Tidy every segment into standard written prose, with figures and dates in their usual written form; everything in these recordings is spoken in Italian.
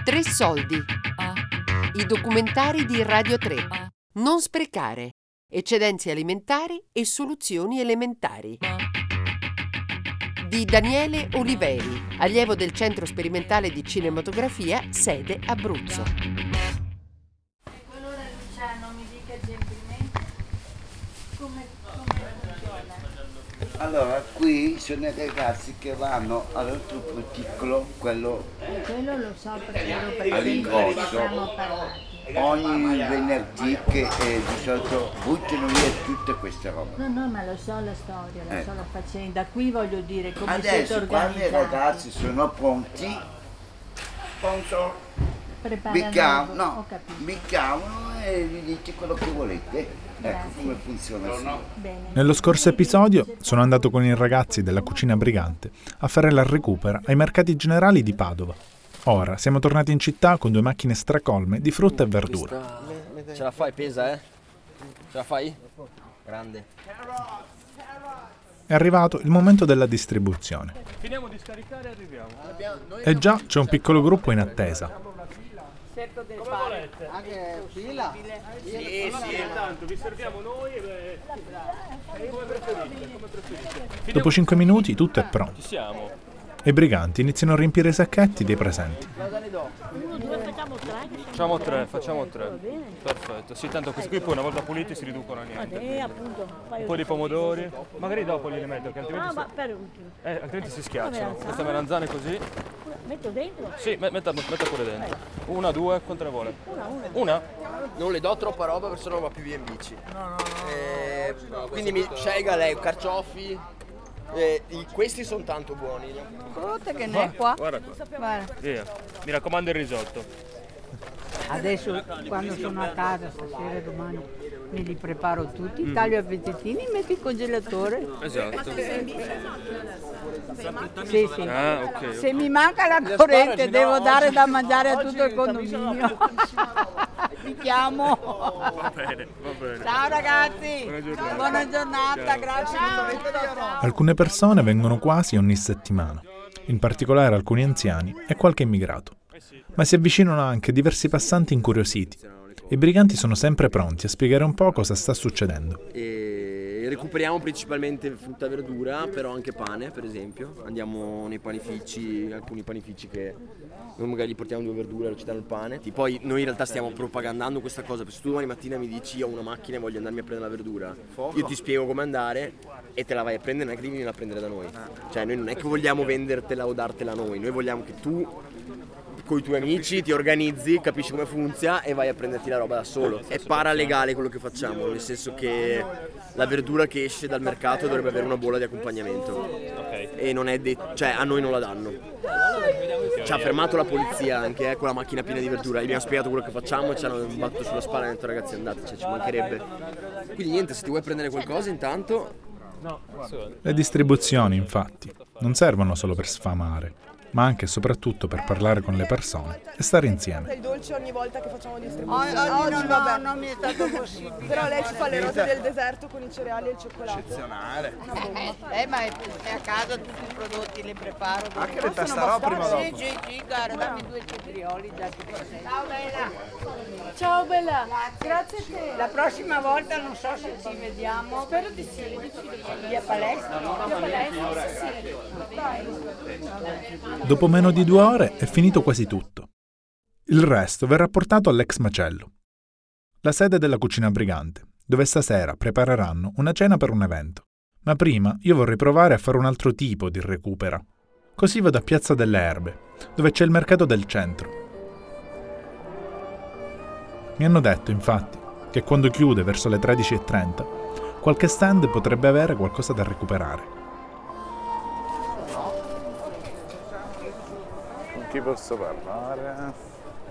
Tre soldi. I documentari di Radio 3. Non sprecare. Eccedenze alimentari e soluzioni elementari. Di Daniele Oliveri, allievo del Centro Sperimentale di Cinematografia, sede Abruzzo. Allora Luciano mi dica gentilmente come funziona. Allora, qui sono i ragazzi che vanno all'altro piccolo, quello Quello lo so perché ero presente, all'ingrosso, siamo parlati. ogni venerdì che di solito buttano via tutte queste robe. No, ma lo so la storia, lo so Ecco. la faccenda. Qui voglio dire come siete Adesso quando i organizzati. ragazzi sono pronti, sponsor, Preparano, no, ho capito. vi chiamano e gli dite quello che volete. Ecco Grazie. come funziona. Sì. Bene. Nello scorso episodio sono andato con i ragazzi della Cucina Brigante a fare la recupera ai mercati generali di Padova. Ora siamo tornati in città con 2 macchine stracolme di frutta e verdura. Ce la fai, pesa, Ce la fai? Grande. È arrivato il momento della distribuzione. Finiamo di scaricare e arriviamo. E già c'è un piccolo gruppo in attesa. Come volete? Anche fila? Sì, tanto vi serviamo noi e come preferite. Dopo 5 minuti tutto è pronto Ci siamo. e i briganti iniziano a riempire i sacchetti dei presenti. Facciamo tre. Perfetto. Sì, tanto questi qui poi una volta puliti si riducono a niente. Appunto, Un po' di pomodori, magari dopo li metto, che altrimenti, ma per ultimo. altrimenti si schiacciano. melanzane? Queste melanzane così. Metto dentro? Sì, metta pure dentro. Una, due, quante ne vuole? Una? Non le do troppa roba perché sennò non va più via in bici. Quindi mi scelga lei carciofi. Questi sono tanto buoni. Frutta che ne è qua? Guarda qua. Guarda. Via. Mi raccomando il risotto. Adesso quando sono a casa stasera e domani me li preparo tutti, taglio a pezzettini, metto in congelatore. Esatto. Sì. Ah, ok. Se mi manca la corrente devo dare da mangiare a tutto il condominio. Vi chiamo. Va bene. Ciao ragazzi, Buona giornata. buona giornata, grazie. Alcune persone vengono quasi ogni settimana, in particolare alcuni anziani e qualche immigrato. Ma si avvicinano anche diversi passanti incuriositi e i briganti sono sempre pronti a spiegare un po' cosa sta succedendo. E recuperiamo principalmente frutta e verdura, però anche pane, per esempio. Andiamo nei panifici, alcuni panifici che noi magari gli portiamo 2 verdure e ci danno il pane. Poi noi in realtà stiamo propagandando questa cosa, perché se tu domani mattina mi dici ho una macchina e voglio andarmi a prendere la verdura, io ti spiego come andare e te la vai a prendere, non è che devi venire a prendere da noi. Cioè noi non è che vogliamo vendertela o dartela noi vogliamo che tu con i tuoi amici ti organizzi, capisci come funziona e vai a prenderti la roba da solo. È paralegale quello che facciamo, nel senso che la verdura che esce dal mercato dovrebbe avere una bolla di accompagnamento. E non è cioè a noi non la danno. Ci ha fermato la polizia anche con la macchina piena di verdura, gli abbiamo spiegato quello che facciamo e ci hanno battuto sulla spalla e hanno detto ragazzi andate, cioè, ci mancherebbe. Quindi niente, se ti vuoi prendere qualcosa intanto. Le distribuzioni, infatti, non servono solo per sfamare, ma anche e soprattutto per parlare con le persone e stare insieme. Il dolce ogni volta che facciamo distribuzione. Oggi vabbè. non mi è stato possibile. Però lei ci fa le rose del deserto con i cereali e il cioccolato. Eccezionale. Ma è a casa tutti i prodotti li preparo. Anche le tastarò prima o dopo. Sì, guarda, dammi 2 cetrioli già che ti sei. Ciao bella. Ciao Bella, grazie a te. La prossima volta non so se ci vediamo. Spero di sì. Via palestra. Via palestra, sì. Dopo meno di 2 ore è finito quasi tutto. Il resto verrà portato all'ex macello, la sede della Cucina Brigante, dove stasera prepareranno una cena per un evento. Ma prima io vorrei provare a fare un altro tipo di recupera. Così vado a Piazza delle Erbe, dove c'è il mercato del centro. Mi hanno detto, infatti, che quando chiude verso le 13:30, qualche stand potrebbe avere qualcosa da recuperare. Con chi posso parlare?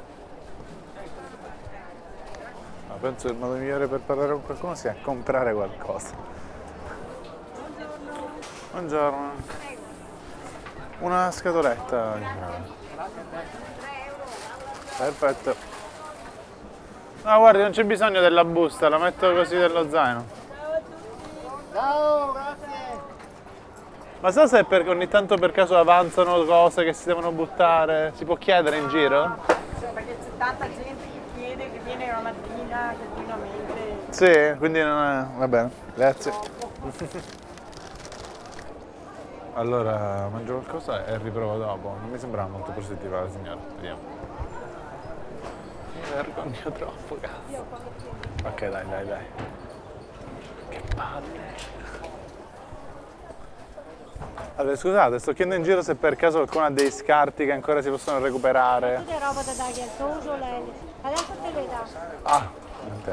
Ma penso che il modo migliore per parlare con qualcuno sia comprare qualcosa. Buongiorno. Una scatoletta. Perfetto. No, guardi, non c'è bisogno della busta, la metto così dello zaino. Ciao, grazie. Ma sa se ogni tanto per caso avanzano cose che si devono buttare? Si può chiedere in giro? tanta gente che chiede, che viene la mattina continuamente. Sì, quindi non è... va bene, grazie. Allora, mangio qualcosa e riprovo dopo. Non mi sembrava molto positiva la signora. Vediamo. Mi vergogno troppo, cazzo. Ok, dai. Che palle. Allora, scusate, sto chiedendo in giro se per caso qualcuno ha dei scarti che ancora si possono recuperare. Tutte roba da dare al toso, adesso te le dà. Ah, ok.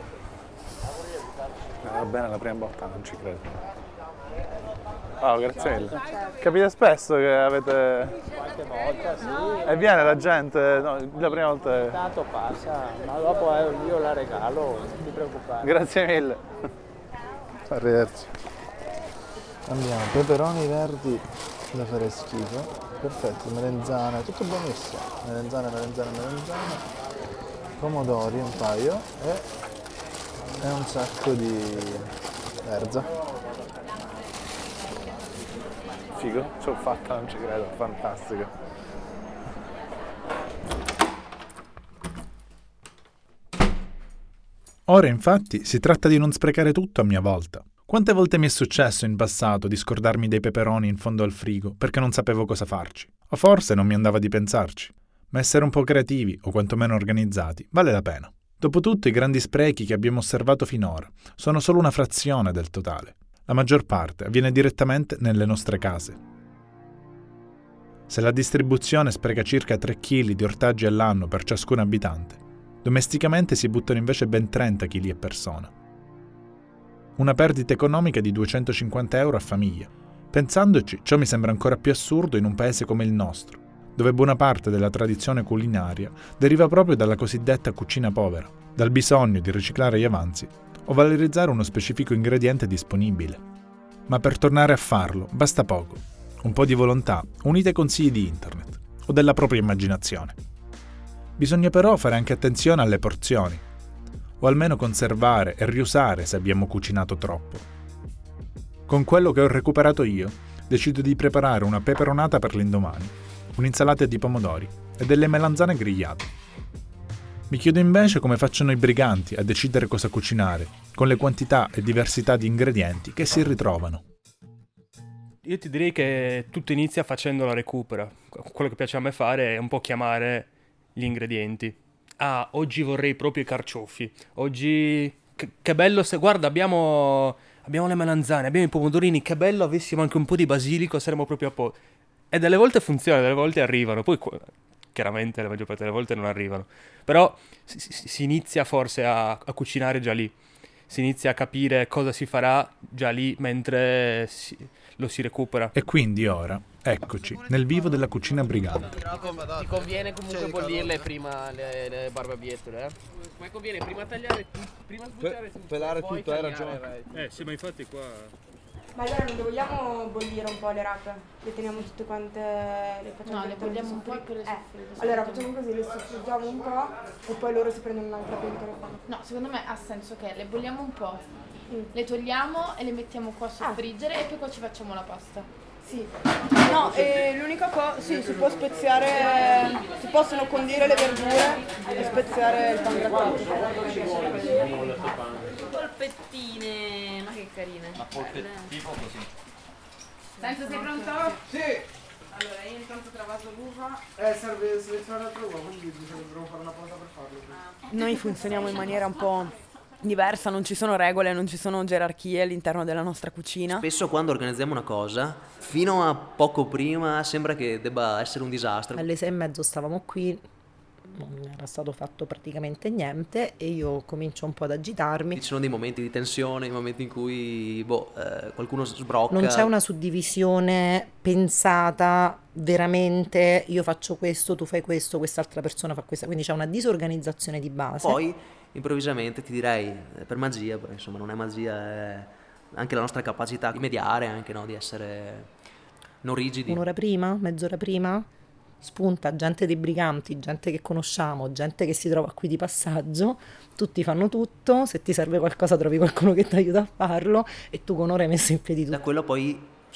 Va bene la prima volta, non ci credo. Oh, grazie mille. Capite spesso che avete... Qualche volta sì. E viene la gente, no, la prima volta... Tanto passa, ma dopo io la regalo, non ti preoccupare. Grazie mille. Arrivederci. Abbiamo peperoni verdi da fare schifo, perfetto, melenzane, tutto buonissimo, melenzane, pomodori un paio e un sacco di verza. Figo, ce l'ho fatta, non ci credo, fantastico. Ora infatti si tratta di non sprecare tutto a mia volta. Quante volte mi è successo in passato di scordarmi dei peperoni in fondo al frigo perché non sapevo cosa farci? O forse non mi andava di pensarci. Ma essere un po' creativi o quantomeno organizzati vale la pena. Dopotutto i grandi sprechi che abbiamo osservato finora sono solo una frazione del totale. La maggior parte avviene direttamente nelle nostre case. Se la distribuzione spreca circa 3 kg di ortaggi all'anno per ciascun abitante, domesticamente si buttano invece ben 30 kg a persona. Una perdita economica di 250 euro a famiglia. Pensandoci, ciò mi sembra ancora più assurdo in un paese come il nostro, dove buona parte della tradizione culinaria deriva proprio dalla cosiddetta cucina povera, dal bisogno di riciclare gli avanzi o valorizzare uno specifico ingrediente disponibile. Ma per tornare a farlo basta poco, un po' di volontà unite ai consigli di internet o della propria immaginazione. Bisogna però fare anche attenzione alle porzioni, o almeno conservare e riusare se abbiamo cucinato troppo. Con quello che ho recuperato io, decido di preparare una peperonata per l'indomani, un'insalata di pomodori e delle melanzane grigliate. Mi chiedo invece come facciano i briganti a decidere cosa cucinare, con le quantità e diversità di ingredienti che si ritrovano. Io ti direi che tutto inizia facendo la recupera. Quello che piace a me fare è un po' chiamare gli ingredienti. Ah, oggi vorrei proprio i carciofi. Oggi... Che bello se... Guarda, abbiamo le melanzane, abbiamo i pomodorini. Che bello avessimo anche un po' di basilico, saremmo proprio a posto. E delle volte funziona, delle volte arrivano. Poi, chiaramente, la maggior parte delle volte non arrivano. Però si inizia forse a cucinare già lì. Si inizia a capire cosa si farà già lì mentre lo si recupera. E quindi ora, eccoci, nel vivo della cucina brigante. Ti conviene comunque bollirle prima le barbabietole, Ma conviene prima tagliare tutto, prima sbucciare tutto, pelare tutto, hai ragione. Sì, ma infatti qua... Ma allora non le vogliamo bollire un po' le rape? Le teniamo tutte quante, le facciamo... No, le bogliamo un po' e poi le soffriamo. Allora facciamo così, le soffriggiamo un po' e poi loro si prendono un'altra pentola e fanno. No, secondo me ha senso che le bolliamo un po', le togliamo e le mettiamo qua a soffriggere e poi qua ci facciamo la pasta. Sì. No, l'unica cosa, sì, si può speziare, si possono condire le verdure e speziare il pan grattato. Polpettine, ma che carine. Ma tipo così. Senza, sei pronto? Sì! Allora, io intanto ho trovato l'uva. Serve selezionare l'altra uva, quindi dovremmo fare una pausa per farlo. Noi funzioniamo in maniera un po' diversa, non ci sono regole, non ci sono gerarchie all'interno della nostra cucina. Spesso quando organizziamo una cosa, fino a poco prima sembra che debba essere un disastro. Alle 6:30 stavamo qui, non era stato fatto praticamente niente e io comincio un po' ad agitarmi. Ci sono dei momenti di tensione, momenti in cui qualcuno sbrocca. Non c'è una suddivisione pensata veramente, io faccio questo, tu fai questo, quest'altra persona fa questa, quindi c'è una disorganizzazione di base. Poi improvvisamente ti direi, per magia, però insomma non è magia, è anche la nostra capacità di mediare, anche di essere non rigidi. Un'ora prima, mezz'ora prima, spunta gente dei briganti, gente che conosciamo, gente che si trova qui di passaggio, tutti fanno tutto, se ti serve qualcosa trovi qualcuno che ti aiuta a farlo e tu con ore hai messo in piedi tutto. Da quello poi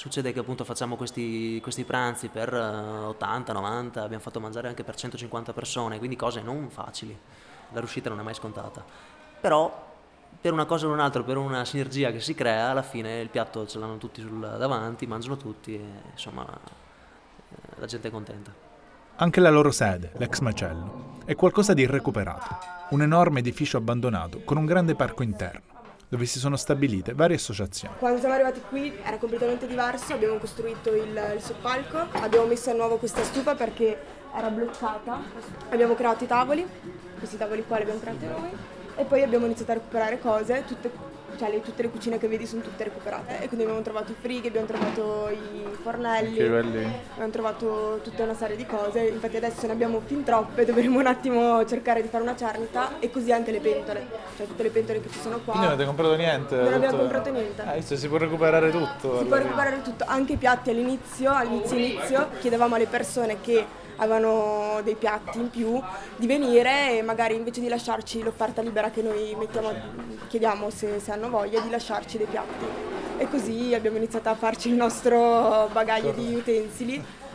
Succede che appunto facciamo questi pranzi per 80, 90, abbiamo fatto mangiare anche per 150 persone, quindi cose non facili, la riuscita non è mai scontata. Però per una cosa o un'altra, per una sinergia che si crea, alla fine il piatto ce l'hanno tutti davanti, mangiano tutti e insomma la gente è contenta. Anche la loro sede, l'ex Macello, è qualcosa di irrecuperato, un enorme edificio abbandonato con un grande parco interno, dove si sono stabilite varie associazioni. Quando siamo arrivati qui era completamente diverso, abbiamo costruito il soppalco, abbiamo messo a nuovo questa stufa perché era bloccata, abbiamo creato i tavoli, questi tavoli qua li abbiamo creati noi, e poi abbiamo iniziato a recuperare cose, tutte le cucine che vedi sono tutte recuperate, e quindi abbiamo trovato i frighi, abbiamo trovato i fornelli, abbiamo trovato tutta una serie di cose, infatti adesso ne abbiamo fin troppe, dovremo un attimo cercare di fare una cernita, e così anche le pentole, cioè tutte le pentole che ci sono qua. Quindi non avete comprato niente? Non abbiamo comprato niente. Si può recuperare tutto. Si può recuperare tutto, anche i piatti all'inizio chiedevamo alle persone che avevano dei piatti in più di venire, e magari invece di lasciarci l'offerta libera che noi chiediamo se hanno voglia di lasciarci dei piatti, e così abbiamo iniziato a farci il nostro bagaglio di utensili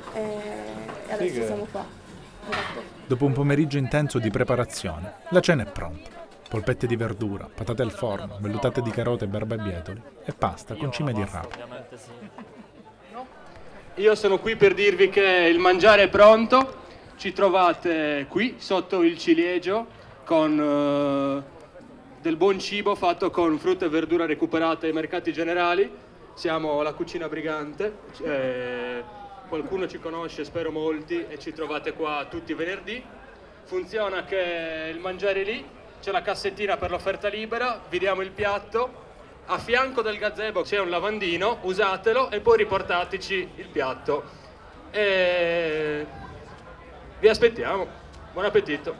e adesso siamo qua. Dopo un pomeriggio intenso di preparazione, la cena è pronta. Polpette di verdura, patate al forno, vellutate di carote e barbabietoli e pasta con cime di rape. Io sono qui per dirvi che il mangiare è pronto, ci trovate qui sotto il ciliegio con del buon cibo fatto con frutta e verdura recuperata ai mercati generali. Siamo la Cucina Brigante, qualcuno ci conosce, spero molti, e ci trovate qua tutti i venerdì. Funziona che il mangiare lì, c'è la cassettina per l'offerta libera, vi diamo il piatto. A fianco del gazebo c'è un lavandino, usatelo e poi riportateci il piatto. E vi aspettiamo. Buon appetito.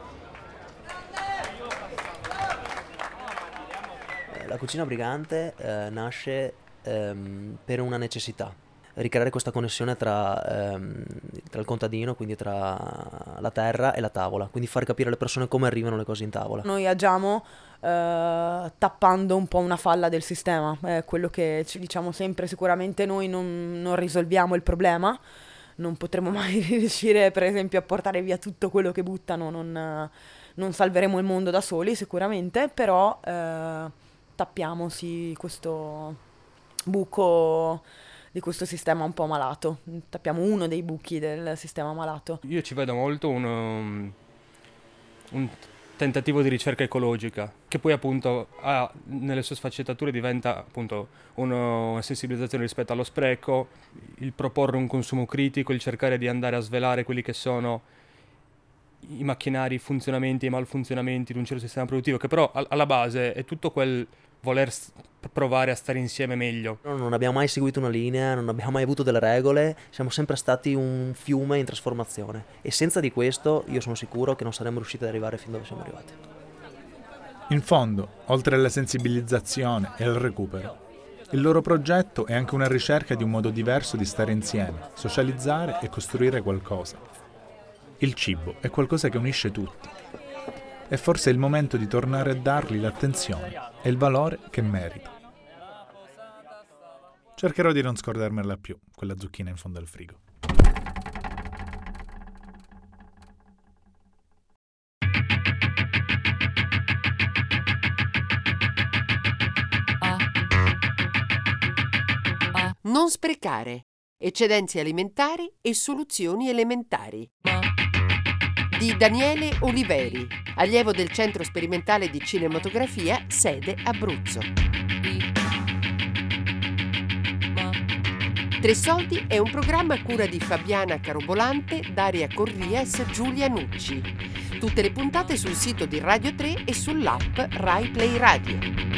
La Cucina Brigante nasce per una necessità. Ricreare questa connessione tra il contadino, quindi tra la terra e la tavola, quindi far capire alle persone come arrivano le cose in tavola. Noi agiamo tappando un po' una falla del sistema, è quello che ci diciamo sempre. Sicuramente noi non risolviamo il problema, non potremo mai riuscire per esempio a portare via tutto quello che buttano, non salveremo il mondo da soli sicuramente, però tappiamo sì questo buco di questo sistema un po' malato, tappiamo uno dei buchi del sistema malato. Io ci vedo molto un tentativo di ricerca ecologica, che poi appunto nelle sue sfaccettature diventa appunto una sensibilizzazione rispetto allo spreco, il proporre un consumo critico, il cercare di andare a svelare quelli che sono i macchinari, i funzionamenti e i malfunzionamenti di un certo sistema produttivo, che però alla base è tutto quel voler provare a stare insieme meglio. Non abbiamo mai seguito una linea, non abbiamo mai avuto delle regole, siamo sempre stati un fiume in trasformazione, e senza di questo io sono sicuro che non saremmo riusciti ad arrivare fin dove siamo arrivati. In fondo, oltre alla sensibilizzazione e al recupero, il loro progetto è anche una ricerca di un modo diverso di stare insieme, socializzare e costruire qualcosa. Il cibo è qualcosa che unisce tutti. E forse è il momento di tornare a dargli l'attenzione e il valore che merita. Cercherò di non scordarmela più, quella zucchina in fondo al frigo. Non sprecare. Eccedenze alimentari e soluzioni elementari. Di Daniele Oliveri, allievo del Centro Sperimentale di Cinematografia, sede Abruzzo. Tre Soldi è un programma a cura di Fabiana Carobolante, Daria Corrias, Giulia Nucci. Tutte le puntate sul sito di Radio 3 e sull'app Rai Play Radio.